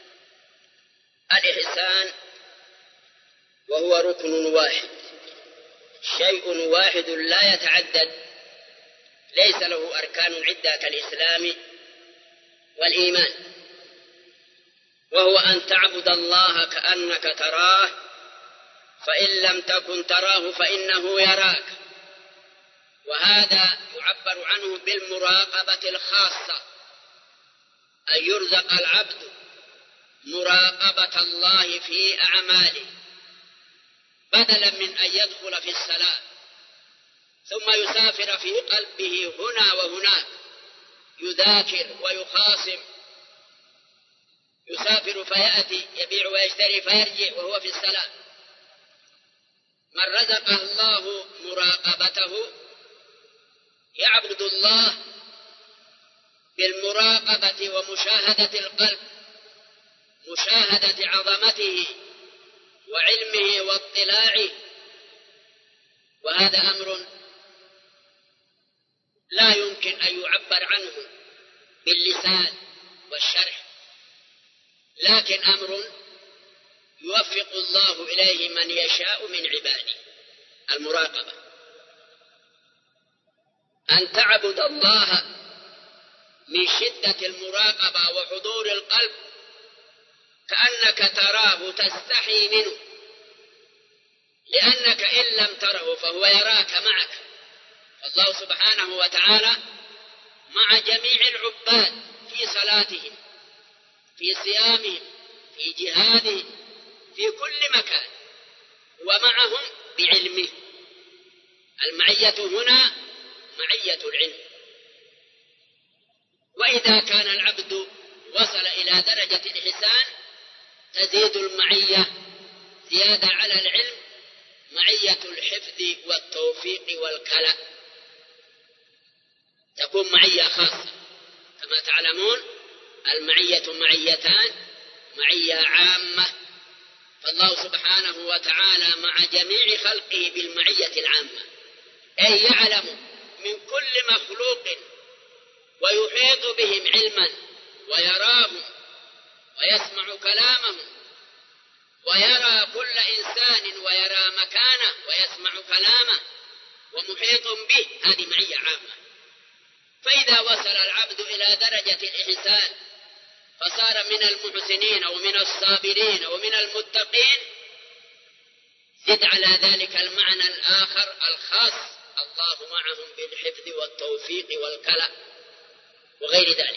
الإحسان، وهو ركن واحد، شيء واحد لا يتعدد، ليس له أركان عدة كالإسلام والإيمان، وهو أن تعبد الله كأنك تراه فإن لم تكن تراه فإنه يراك. وهذا يعبر عنه بالمراقبة الخاصة، أن يرزق العبد مراقبة الله في أعماله، بدلا من أن يدخل في الصلاة ثم يسافر في قلبه هنا وهناك، يذاكر ويخاصم، يسافر فيأتي يبيع ويشتري فيرجع وهو في الصلاة. من رزقه الله مراقبته يعبد الله بالمراقبة ومشاهدة القلب، مشاهدة عظمته وعلمه واطلاعه. وهذا أمر لا يمكن أن يعبر عنه باللسان والشرح، لكن أمر يوفق الله إليه من يشاء من عباده. المراقبة أن تعبد الله من شدة المراقبة وحضور القلب كأنك تراه تستحي منه، لأنك إن لم تره فهو يراك معك. الله سبحانه وتعالى مع جميع العباد في صلاتهم، في صيامهم، في جهادهم، في كل مكان، ومعهم بعلمه. المعية هنا معية العلم. وإذا كان العبد وصل إلى درجة الإحسان تزيد المعية زيادة على العلم معية الحفظ والتوفيق والكلاء، تكون معية خاصة. كما تعلمون المعية معيتان، معية عامة، فالله سبحانه وتعالى مع جميع خلقه بالمعية العامة، أي يعلم من كل مخلوق ويحيط بهم علما ويراهم ويسمع كلامهم ويرى كل إنسان ويرى مكانه ويسمع كلامه ومحيط به، هذه معية عامة. فإذا وصل العبد إلى درجة الإحسان فصار من المحسنين أو من الصابرين أو من المتقين، زد على ذلك المعنى الآخر الخاص: الله معهم بالحفظ والتوفيق والكلى وغير ذلك.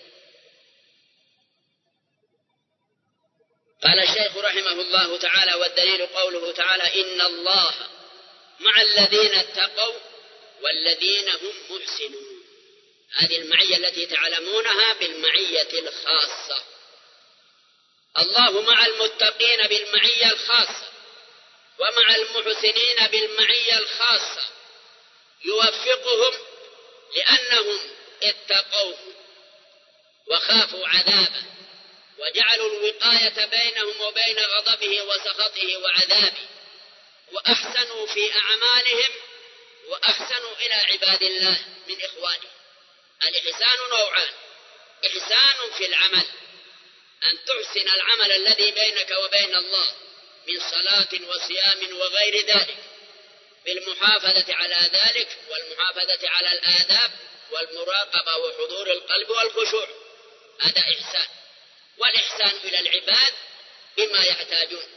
قال الشيخ رحمه الله تعالى: والدليل قوله تعالى: إن الله مع الذين اتقوا والذين هم محسنون. هذه المعية التي تعلمونها بالمعية الخاصة. الله مع المتقين بالمعية الخاصة، ومع المحسنين بالمعية الخاصة، يوفقهم لأنهم اتقوه وخافوا عذابه وجعلوا الوقاية بينهم وبين غضبه وسخطه وعذابه، وأحسنوا في أعمالهم وأحسنوا إلى عباد الله من إخوانه. الإحسان نوعان: إحسان في العمل، أن تحسن العمل الذي بينك وبين الله من صلاة وصيام وغير ذلك، بالمحافظة على ذلك والمحافظة على الآداب والمراقبة وحضور القلب والخشوع، هذا إحسان. والإحسان إلى العباد بما يحتاجون.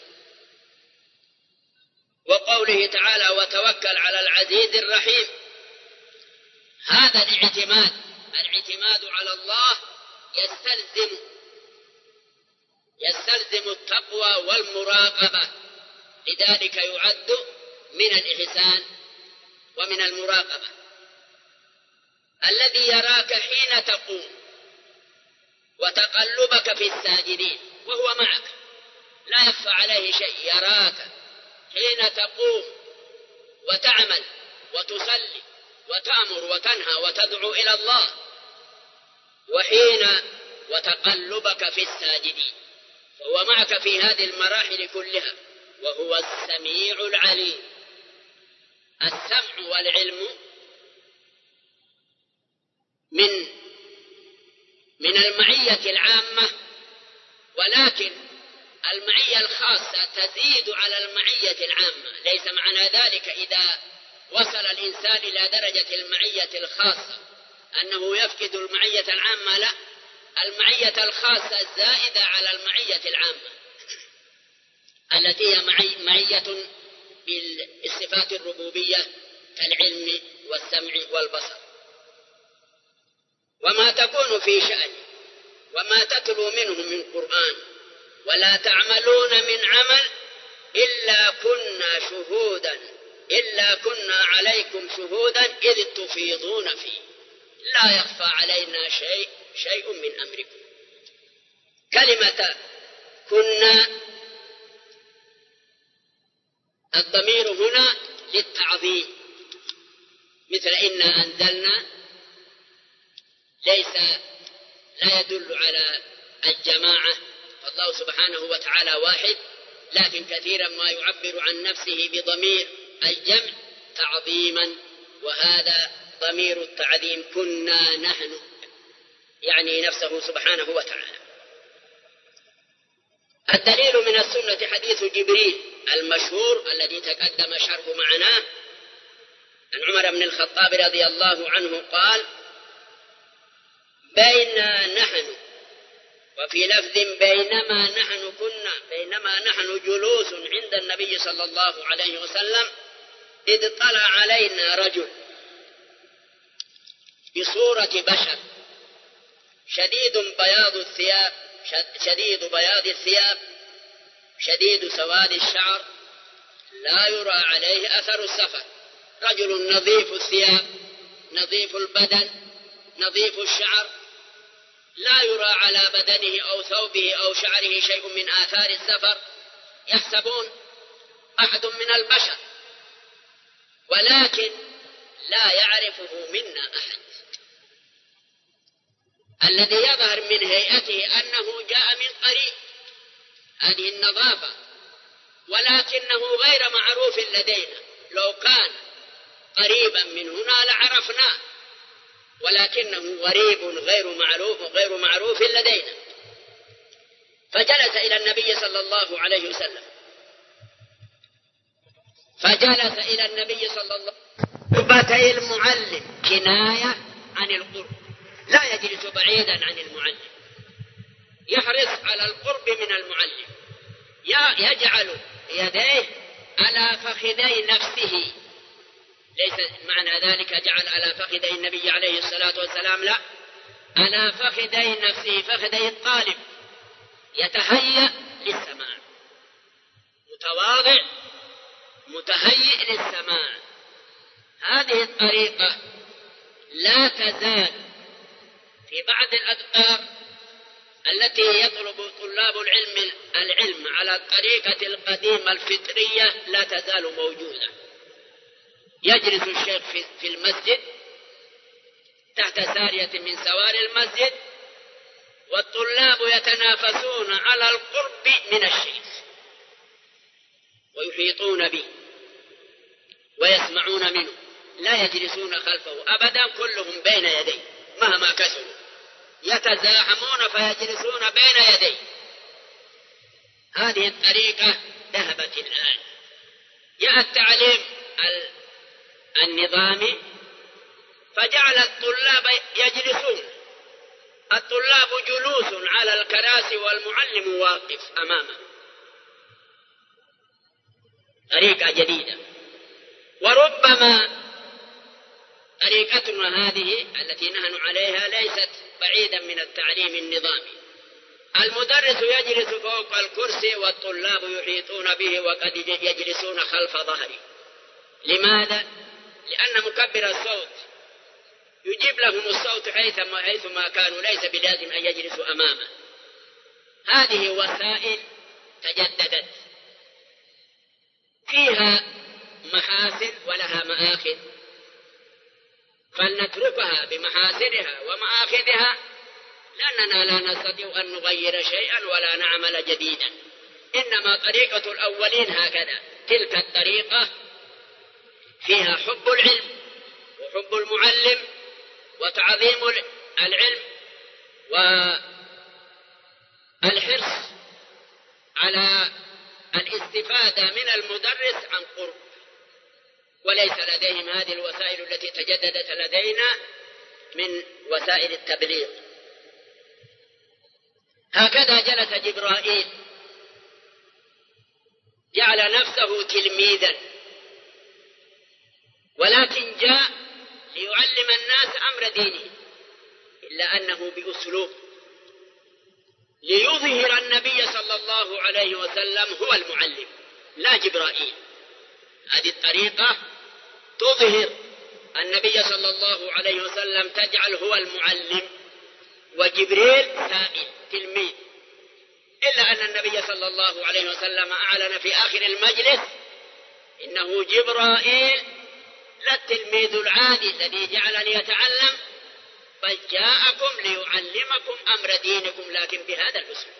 وقوله تعالى: وتوكل على العزيز الرحيم، هذا الاعتماد الاعتماد على الله يستلزم يستلزم التقوى والمراقبة، لذلك يعد من الإحسان ومن المراقبة. الذي يراك حين تقوم وتقلبك في الساجدين وهو معك، لا يخفى عليه شيء، يراك حين تقوم وتعمل وتصلي وتأمر وتنهى وتدعو إلى الله، وحين وتقلبك في الساجدين، فهو معك في هذه المراحل كلها، وهو السميع العليم. السمع والعلم من من المعية العامة، ولكن المعية الخاصة تزيد على المعية العامة. ليس معنى ذلك إذا وصل الإنسان إلى درجة المعية الخاصة أنه يفقد المعية العامة، لا، المعية الخاصة زائدة على المعية العامة التي هي معية بالصفات الربوبية كالعلم والسمع والبصر. وما تكون في شأن وما تتلو منه من قرآن ولا تعملون من عمل إلا كنا شهودا إلا كنا عليكم شهودا إذ تفيضون فيه لا يخفى علينا شيء شيء من أمركم. كلمة كنا الضمير هنا للتعظيم، مثل إنا أنزلنا ليس لا يدل على الجماعة، فالله سبحانه وتعالى واحد، لكن كثيرا ما يعبر عن نفسه بضمير الجمع تعظيما، وهذا ضمير التعظيم كنا نحن، يعني نفسه سبحانه وتعالى. الدليل من السنة حديث جبريل المشهور الذي تقدم شرح معناه عن عمر بن الخطاب رضي الله عنه قال: بيننا نحن، وفي لفظ بينما نحن كنا بينما نحن جلوس عند النبي صلى الله عليه وسلم إذ طلع علينا رجل بصورة بشر شديد بياض الثياب شديد بياض الثياب شديد سواد الشعر لا يرى عليه أثر السفر، رجل نظيف الثياب نظيف البدن نظيف الشعر، لا يرى على بدنه أو ثوبه أو شعره شيء من آثار السفر، يحسبون أحد من البشر، ولكن لا يعرفه منا أحد. الذي يظهر من هيئته أنه جاء من قريب، هذه النظافة، ولكنه غير معروف لدينا، لو كان قريبا من هنا لعرفناه، ولكنه غريب غير معروف غير معروف لدينا. فجلس إلى النبي صلى الله عليه وسلم فجلس إلى النبي صلى الله عليه وسلم. قربتي المعلم كناية عن القرب، لا يجلس بعيدا عن المعلم، يحرص على القرب من المعلم، يجعل يديه على فخذي نفسه. ليس معنى ذلك جعل على فخذي النبي عليه الصلاة والسلام، لا، على فخذي نفسه، فخذي الطالب، يتهيأ للسماع، متواضع متهيئ للسماع. هذه الطريقة لا تزال في بعض الأدوار التي يطلب طلاب العلم العلم على الطريقة القديمة الفطرية، لا تزال موجودة. يجلس الشيخ في المسجد تحت سارية من سواري المسجد، والطلاب يتنافسون على القرب من الشيخ ويحيطون به ويسمعون منه، لا يجلسون خلفه أبدا، كلهم بين يديه مهما كسروا، يتزاحمون فيجلسون بين يديه. هذه الطريقة ذهبت الآن. جاء التعليم النظامي فجعل الطلاب يجلسون، الطلاب جلوس على الكراسي والمعلم واقف أمامه. طريقة جديدة، وربما طريقتنا هذه التي نحن عليها ليست بعيدا من التعليم النظامي. المدرس يجلس فوق الكرسي والطلاب يحيطون به وقد يجلسون خلف ظهره. لماذا؟ لأن مكبر الصوت يجيب لهم الصوت حيثما كانوا، ليس بلازم أن يجلسوا أمامه. هذه وسائل تجددت فيها محاسن ولها مآخذ، فلنتركها بمحاسنها ومآخذها، لأننا لا نستطيع أن نغير شيئا ولا نعمل جديدا. إنما طريقة الأولين هكذا. تلك الطريقة فيها حب العلم وحب المعلم وتعظيم العلم والحرص على الاستفادة من المدرس عن قرب، وليس لديهم هذه الوسائل التي تجددت لدينا من وسائل التبليغ. هكذا جلس جبرائيل، جعل نفسه تلميذا، ولكن جاء ليعلم الناس أمر دينه، إلا أنه بأسلوب ليظهر النبي صلى الله عليه وسلم هو المعلم لا جبرائيل. هذه الطريقة تظهر النبي صلى الله عليه وسلم، تجعل هو المعلم وجبريل سائل تلميذ. إلا أن النبي صلى الله عليه وسلم أعلن في آخر المجلس إنه جبرائيل لا التلميذ العادي الذي جعل ليتعلم، بل جاءكم ليعلمكم أمر دينكم، لكن بهذا الأسلوب.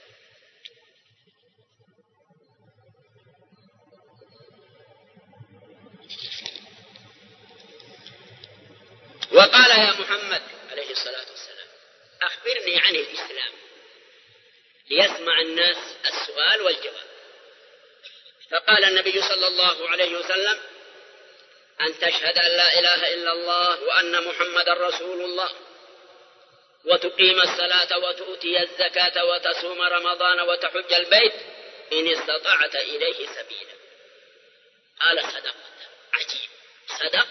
وقال يا محمد عليه الصلاة والسلام أخبرني عن الإسلام، ليسمع الناس السؤال والجواب. فقال النبي صلى الله عليه وسلم أن تشهد أن لا إله إلا الله وأن محمد رسول الله، وتقيم الصلاة وتؤتي الزكاة وتصوم رمضان وتحج البيت إن استطعت إليه سبيلا. قال صدقت. عجيب، صدقت.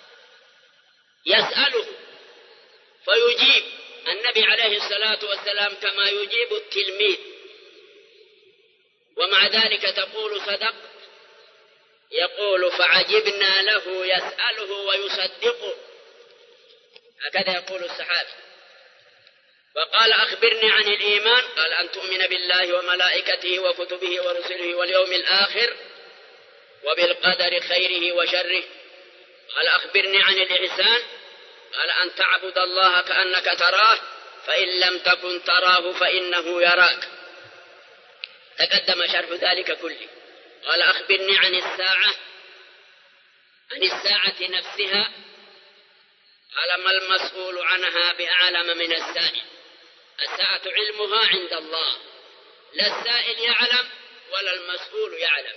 يسأله فيجيب النبي عليه الصلاة والسلام كما يجيب التلميذ، ومع ذلك تقول صدقت. يقول فعجبنا له يسأله ويصدقه، هكذا يقول الصحابي. وقال أخبرني عن الإيمان، قال أن تؤمن بالله وملائكته وكتبه ورسله واليوم الآخر وبالقدر خيره وشره. قال أخبرني عن الإحسان، قال أن تعبد الله كأنك تراه فإن لم تكن تراه فإنه يراك. تقدم شرح ذلك كله. قال أخبرني عن الساعة، عن الساعة نفسها، قال ما المسؤول عنها بأعلم من السائل. الساعة علمها عند الله، لا السائل يعلم ولا المسؤول يعلم.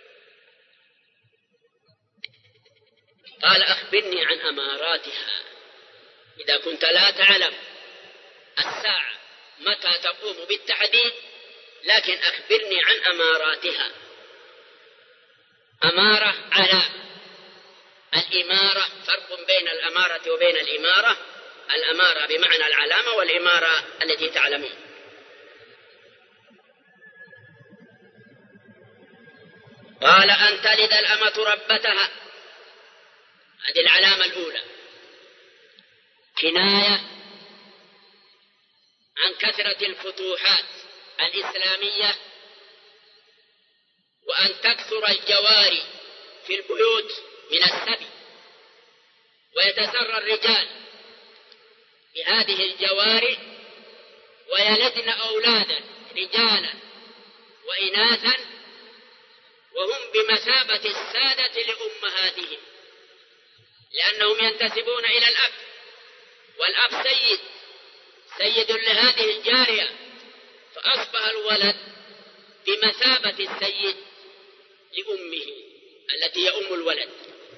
قال أخبرني عن أماراتها. إذا كنت لا تعلم الساعة متى تقوم بالتحديد، لكن أخبرني عن أماراتها. أمارة على الإمارة، فرق بين الأمارة وبين الإمارة. الأمارة بمعنى العلامة، والإمارة التي تعلمون. قال أن تلد الأمة ربتها، هذه العلامة الأولى، كناية عن كثرة الفتوحات الإسلامية، وأن تكثر الجواري في البيوت من السبي، ويتسرى الرجال بهذه الجواري ويلدن أولادا رجالا وإناثا، وهم بمثابة السادة لأمهاتهم، لأنهم ينتسبون إلى الأب، والأب سيد سيد لهذه الجارية، فأصبح الولد بمثابة السيد لأمه التي يؤم الولد.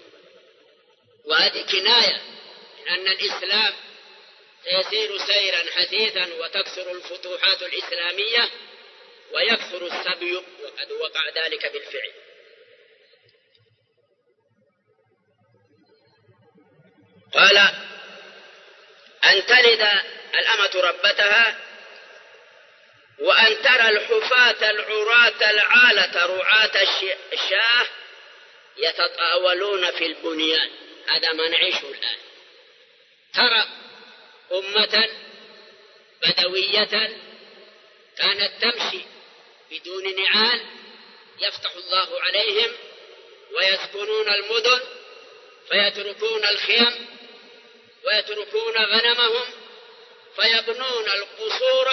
وهذه كناية من أن الإسلام سيسير سيرا حثيثا، وتكثر الفتوحات الإسلامية ويكثر السبي، وقد وقع ذلك بالفعل. قال أن تلد الأمة ربتها، وأن ترى الحفاة العراة العالة رعاة الشاه يتطاولون في البنيان. هذا ما نعيشه الآن. ترى أمة بدوية كانت تمشي بدون نعال، يفتح الله عليهم ويسكنون المدن، فيتركون الخيم ويتركون غنمهم، فيبنون القصور،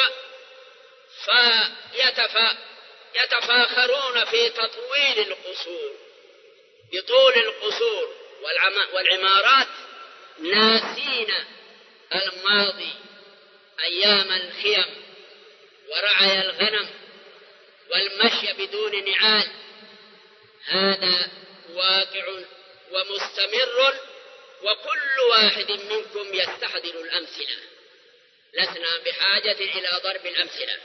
فيتفاخرون في تطويل القصور بطول القصور والعمارات، ناسين الماضي أيام الخيم ورعي الغنم والمشي بدون نعال. هذا واقع ومستمر، وكل واحد منكم يستحضر الأمثلة. لسنا بحاجة إلى ضرب الأمثلة.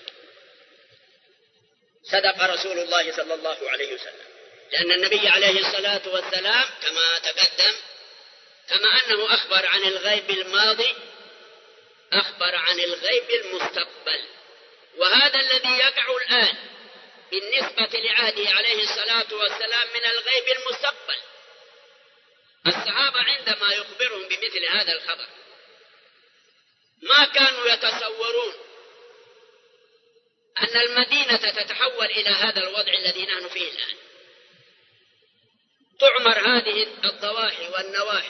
صدق رسول الله صلى الله عليه وسلم، لأن النبي عليه الصلاة والسلام كما تقدم، كما أنه أخبر عن الغيب الماضي، أخبر عن الغيب المستقبل. وهذا الذي يقع الآن بالنسبة لعهده عليه الصلاة والسلام من الغيب المستقبل. الصحابة عندما يخبرهم بمثل هذا الخبر ما كانوا يتصورون أن المدينة تتحول إلى هذا الوضع الذي نحن فيه الآن. تعمر هذه الضواحي والنواحي،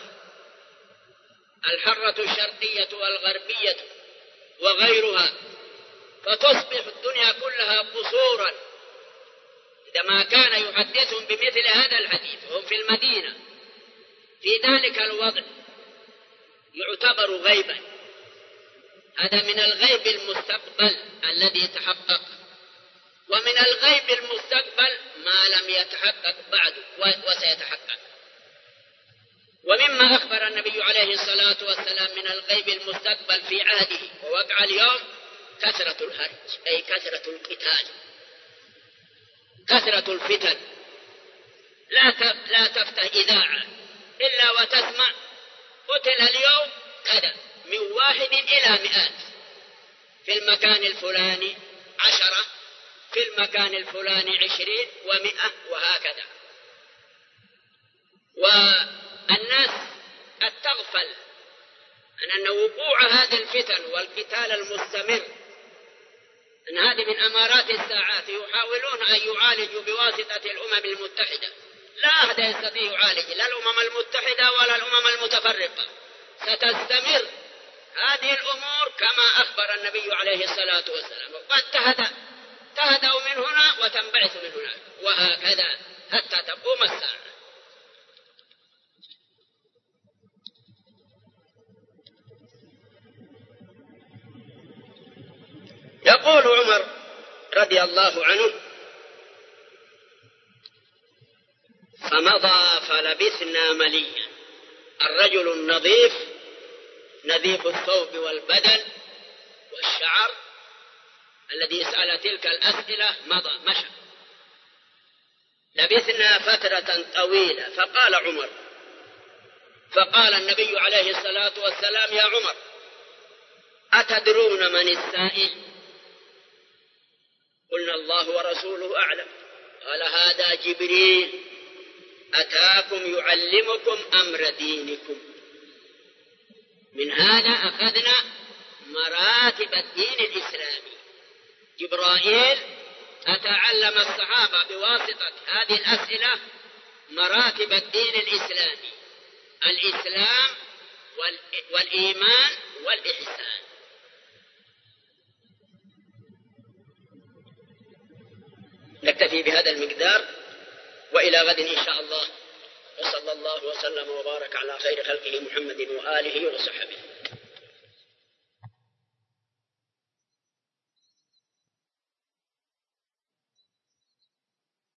الحرة الشرقية والغربية وغيرها، فتصبح الدنيا كلها قصورا. عندما كان يحدثهم بمثل هذا الحديث هم في المدينة في ذلك الوضع يعتبر غيبا. هذا من الغيب المستقبل الذي تحقق، ومن الغيب المستقبل ما لم يتحقق بعد وسيتحقق. ومما أخبر النبي عليه الصلاة والسلام من الغيب المستقبل في عهده ووقع اليوم كثرة الهرج، أي كثرة القتال، كثرة الفتن. لا لا تفتح إذاعة إلا وتسمع قتل اليوم كذا، من واحد إلى مئات، في المكان الفلاني عشرة، في المكان الفلاني عشرين ومئة، وهكذا. والناس قد تغفل عن أن وقوع هذه الفتن والقتال المستمر أن هذه من أمارات الساعات. يحاولون أن يعالجوا بواسطة الأمم المتحدة، لا أحد يستطيع يعالج، لا الأمم المتحدة ولا الأمم المتفرقة. ستستمر هذه الأمور كما أخبر النبي عليه الصلاة والسلام، وقد تهدأ تهدأ من هنا وتنبعث من هناك، وهكذا حتى تقوم الساعة. يقول عمر رضي الله عنه فمضى فلبثنا مليا. الرجل النظيف نظيف الثوب والبدن والشعر الذي سأل تلك الأسئلة مضى مشى. لبثنا فترة طويلة فقال عمر، فقال النبي عليه الصلاة والسلام: يا عمر، أتدرون من السائل؟ قلنا: الله ورسوله أعلم. قال: هذا جبريل أتاكم يعلمكم أمر دينكم. من هذا أخذنا مراتب الدين الإسلامي. جبرائيل أتعلم الصحابة بواسطة هذه الأسئلة مراتب الدين الإسلامي: الإسلام والإيمان والإحسان. نكتفي بهذا المقدار، وإلى غد إن شاء الله، وصلى الله وسلم وبارك على خير خلقه محمد وآله وصحبه.